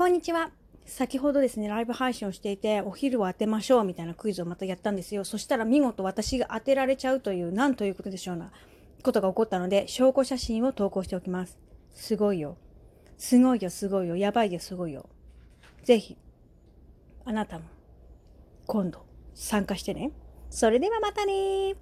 こんにちは。先ほどですね、ライブ配信をしていて、お昼を当てましょうみたいなクイズをまたやったんですよ。そしたら見事私が当てられちゃうという、なんということでしょうな、ことが起こったので、証拠写真を投稿しておきます。すごいよ。すごいよ、すごいよ。やばいよ、すごいよ。ぜひ、あなたも、今度、参加してね。それではまたね。